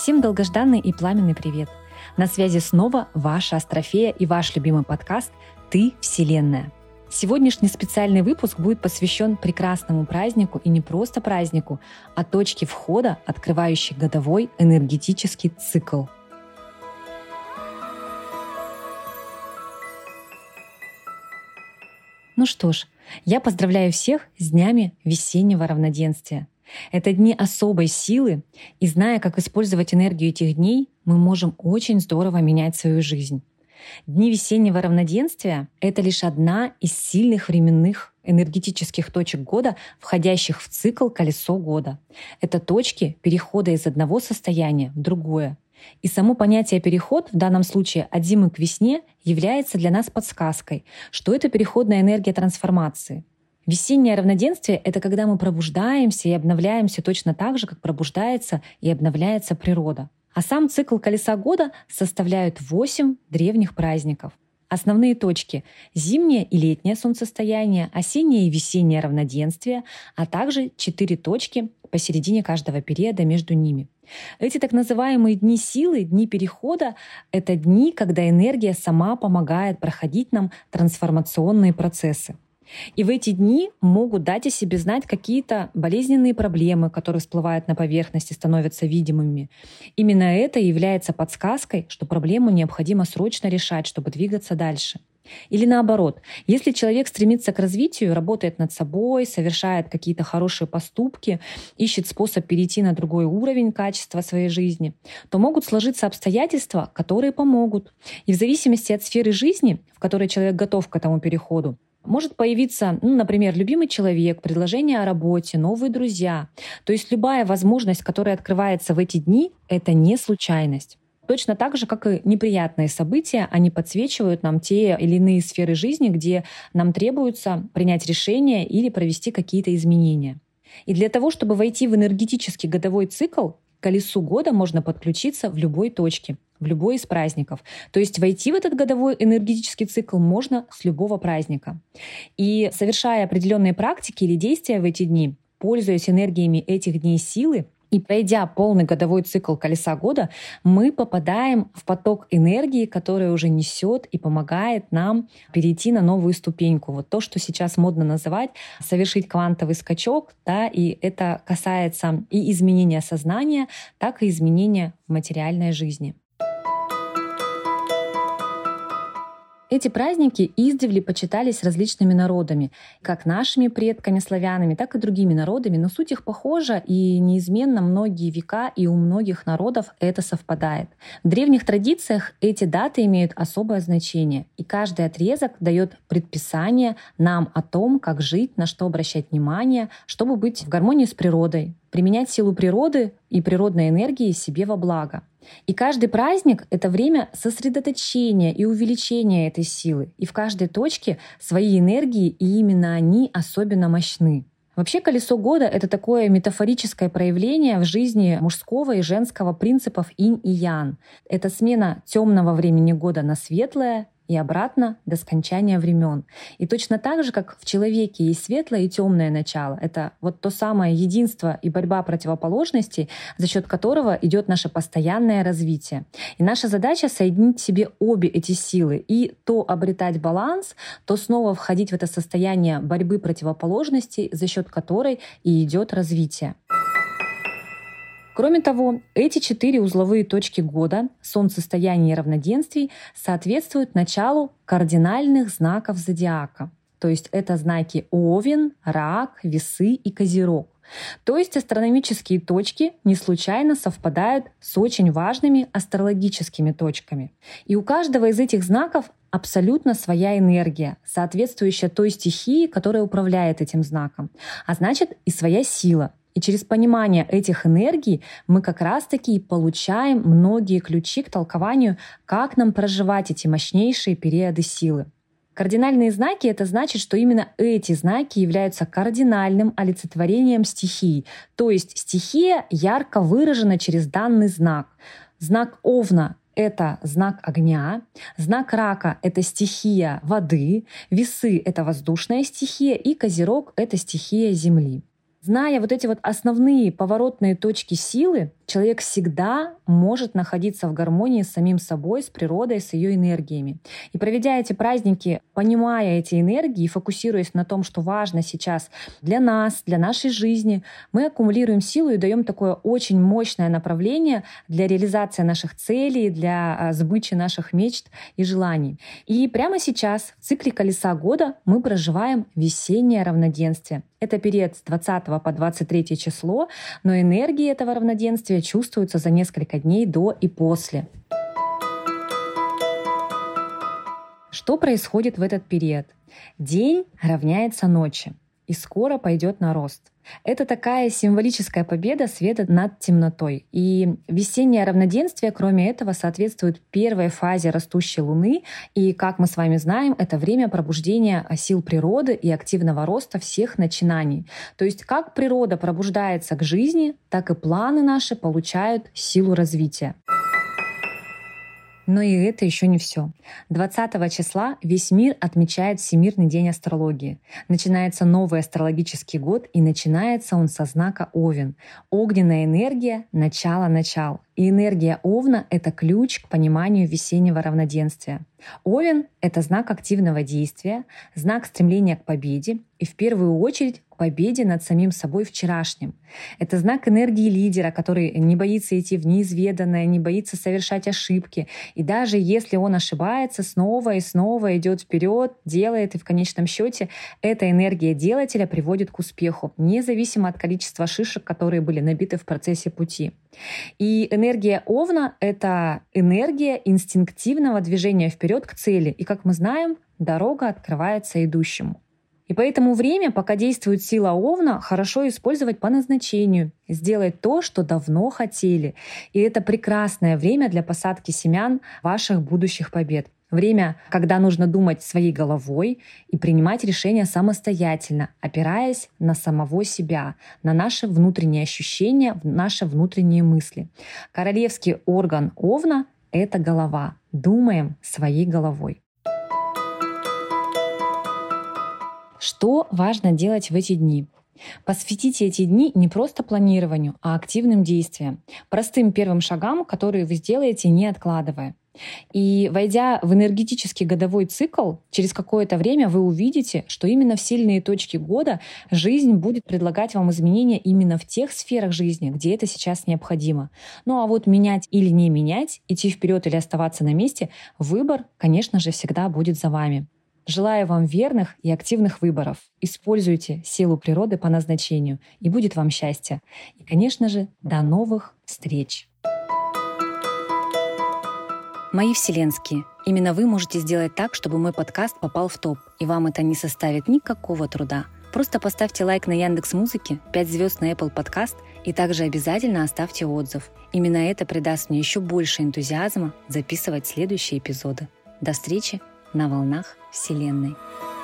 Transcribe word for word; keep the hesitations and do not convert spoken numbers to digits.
Всем долгожданный и пламенный привет! На связи снова ваша Астрофея и ваш любимый подкаст «Ты – Вселенная». Сегодняшний специальный выпуск будет посвящен прекрасному празднику, и не просто празднику, а точке входа, открывающей годовой энергетический цикл. Ну что ж, я поздравляю всех с днями весеннего равноденствия. Это дни особой силы, и зная, как использовать энергию этих дней, мы можем очень здорово менять свою жизнь. Дни весеннего равноденствия — это лишь одна из сильных временных энергетических точек года, входящих в цикл «Колесо года». Это точки перехода из одного состояния в другое. И само понятие «переход», в данном случае от зимы к весне, является для нас подсказкой, что это переходная энергия трансформации. Весеннее равноденствие — это когда мы пробуждаемся и обновляемся точно так же, как пробуждается и обновляется природа. А сам цикл колеса года составляют восемь древних праздников. Основные точки — зимнее и летнее солнцестояние, осеннее и весеннее равноденствие, а также четыре точки посередине каждого периода между ними. Эти так называемые дни силы, дни перехода — это дни, когда энергия сама помогает проходить нам трансформационные процессы. И в эти дни могут дать о себе знать какие-то болезненные проблемы, которые всплывают на поверхности, становятся видимыми. Именно это является подсказкой, что проблему необходимо срочно решать, чтобы двигаться дальше. Или наоборот, если человек стремится к развитию, работает над собой, совершает какие-то хорошие поступки, ищет способ перейти на другой уровень качества своей жизни, то могут сложиться обстоятельства, которые помогут. И в зависимости от сферы жизни, в которой человек готов к этому переходу, может появиться, ну, например, любимый человек, предложение о работе, новые друзья. То есть любая возможность, которая открывается в эти дни, это не случайность. Точно так же, как и неприятные события, они подсвечивают нам те или иные сферы жизни, где нам требуется принять решение или провести какие-то изменения. И для того, чтобы войти в энергетический годовой цикл, к колесу года можно подключиться в любой точке, в любой из праздников. То есть войти в этот годовой энергетический цикл можно с любого праздника. И совершая определенные практики или действия в эти дни, пользуясь энергиями этих дней силы, и пройдя полный годовой цикл колеса года, мы попадаем в поток энергии, который уже несет и помогает нам перейти на новую ступеньку. Вот то, что сейчас модно называть совершить квантовый скачок, да, и это касается и изменения сознания, так и изменения в материальной жизни. Эти праздники издревле почитались различными народами, как нашими предками, славянами, так и другими народами, но суть их похожа, и неизменно многие века и у многих народов это совпадает. В древних традициях эти даты имеют особое значение, и каждый отрезок дает предписание нам о том, как жить, на что обращать внимание, чтобы быть в гармонии с природой, применять силу природы и природной энергии себе во благо. И каждый праздник — это время сосредоточения и увеличения этой силы. И в каждой точке свои энергии, и именно они особенно мощны. Вообще колесо года — это такое метафорическое проявление в жизни мужского и женского принципов инь и ян. Это смена темного времени года на светлое, и обратно до скончания времен. И точно так же, как в человеке есть светлое и темное начало, это вот то самое единство и борьба противоположностей, за счет которого идет наше постоянное развитие. И наша задача — соединить в себе обе эти силы и то обретать баланс, то снова входить в это состояние борьбы противоположностей, за счет которой и идет развитие. Кроме того, эти четыре узловые точки года, солнцестояния и равноденствий, соответствуют началу кардинальных знаков зодиака. То есть это знаки Овен, Рак, Весы и Козерог. То есть астрономические точки не случайно совпадают с очень важными астрологическими точками. И у каждого из этих знаков абсолютно своя энергия, соответствующая той стихии, которая управляет этим знаком. А значит, и своя сила. И через понимание этих энергий мы как раз-таки получаем многие ключи к толкованию, как нам проживать эти мощнейшие периоды силы. Кардинальные знаки — это значит, что именно эти знаки являются кардинальным олицетворением стихии. То есть стихия ярко выражена через данный знак. Знак Овна — это знак огня, знак Рака — это стихия воды, Весы — это воздушная стихия, и Козерог — это стихия земли. Зная вот эти вот основные поворотные точки силы, человек всегда может находиться в гармонии с самим собой, с природой, с ее энергиями. И проведя эти праздники, понимая эти энергии и фокусируясь на том, что важно сейчас для нас, для нашей жизни, мы аккумулируем силу и даем такое очень мощное направление для реализации наших целей, для сбычи наших мечт и желаний. И прямо сейчас, в цикле колеса года, мы проживаем весеннее равноденствие. Это период с двадцатого по двадцать третье число, но энергии этого равноденствия чувствуются за несколько дней до и после. Что происходит в этот период? День равняется ночи и скоро пойдет на рост. Это такая символическая победа света над темнотой. И весеннее равноденствие, кроме этого, соответствует первой фазе растущей Луны. И, как мы с вами знаем, это время пробуждения сил природы и активного роста всех начинаний. То есть как природа пробуждается к жизни, так и планы наши получают силу развития. Но и это еще не все. двадцатого числа весь мир отмечает Всемирный день астрологии. Начинается новый астрологический год, и начинается он со знака Овен. Огненная энергия — начало-начал. И энергия Овна — это ключ к пониманию весеннего равноденствия. Овен — это знак активного действия, знак стремления к победе и в первую очередь к победе над самим собой вчерашним. Это знак энергии лидера, который не боится идти в неизведанное, не боится совершать ошибки. И даже если он ошибается, снова и снова идет вперед, делает, и в конечном счете эта энергия делателя приводит к успеху, независимо от количества шишек, которые были набиты в процессе пути. И энергия Овна — это энергия инстинктивного движения вперед к цели. И, как мы знаем, дорога открывается идущему. И поэтому время, пока действует сила Овна, хорошо использовать по назначению, сделать то, что давно хотели. И это прекрасное время для посадки семян ваших будущих побед. Время, когда нужно думать своей головой и принимать решения самостоятельно, опираясь на самого себя, на наши внутренние ощущения, наши внутренние мысли. Королевский орган Овна — это голова. Думаем своей головой. Что важно делать в эти дни? Посвятите эти дни не просто планированию, а активным действиям, простым первым шагам, которые вы сделаете, не откладывая. И войдя в энергетический годовой цикл, через какое-то время вы увидите, что именно в сильные точки года жизнь будет предлагать вам изменения именно в тех сферах жизни, где это сейчас необходимо. Ну а вот менять или не менять, идти вперед или оставаться на месте, выбор, конечно же, всегда будет за вами. Желаю вам верных и активных выборов. Используйте силу природы по назначению, и будет вам счастье. И, конечно же, до новых встреч! Мои вселенские, именно вы можете сделать так, чтобы мой подкаст попал в топ, и вам это не составит никакого труда. Просто поставьте лайк на Яндекс.Музыке, пять звезд на Apple Podcast и также обязательно оставьте отзыв. Именно это придаст мне еще больше энтузиазма записывать следующие эпизоды. До встречи на волнах Вселенной.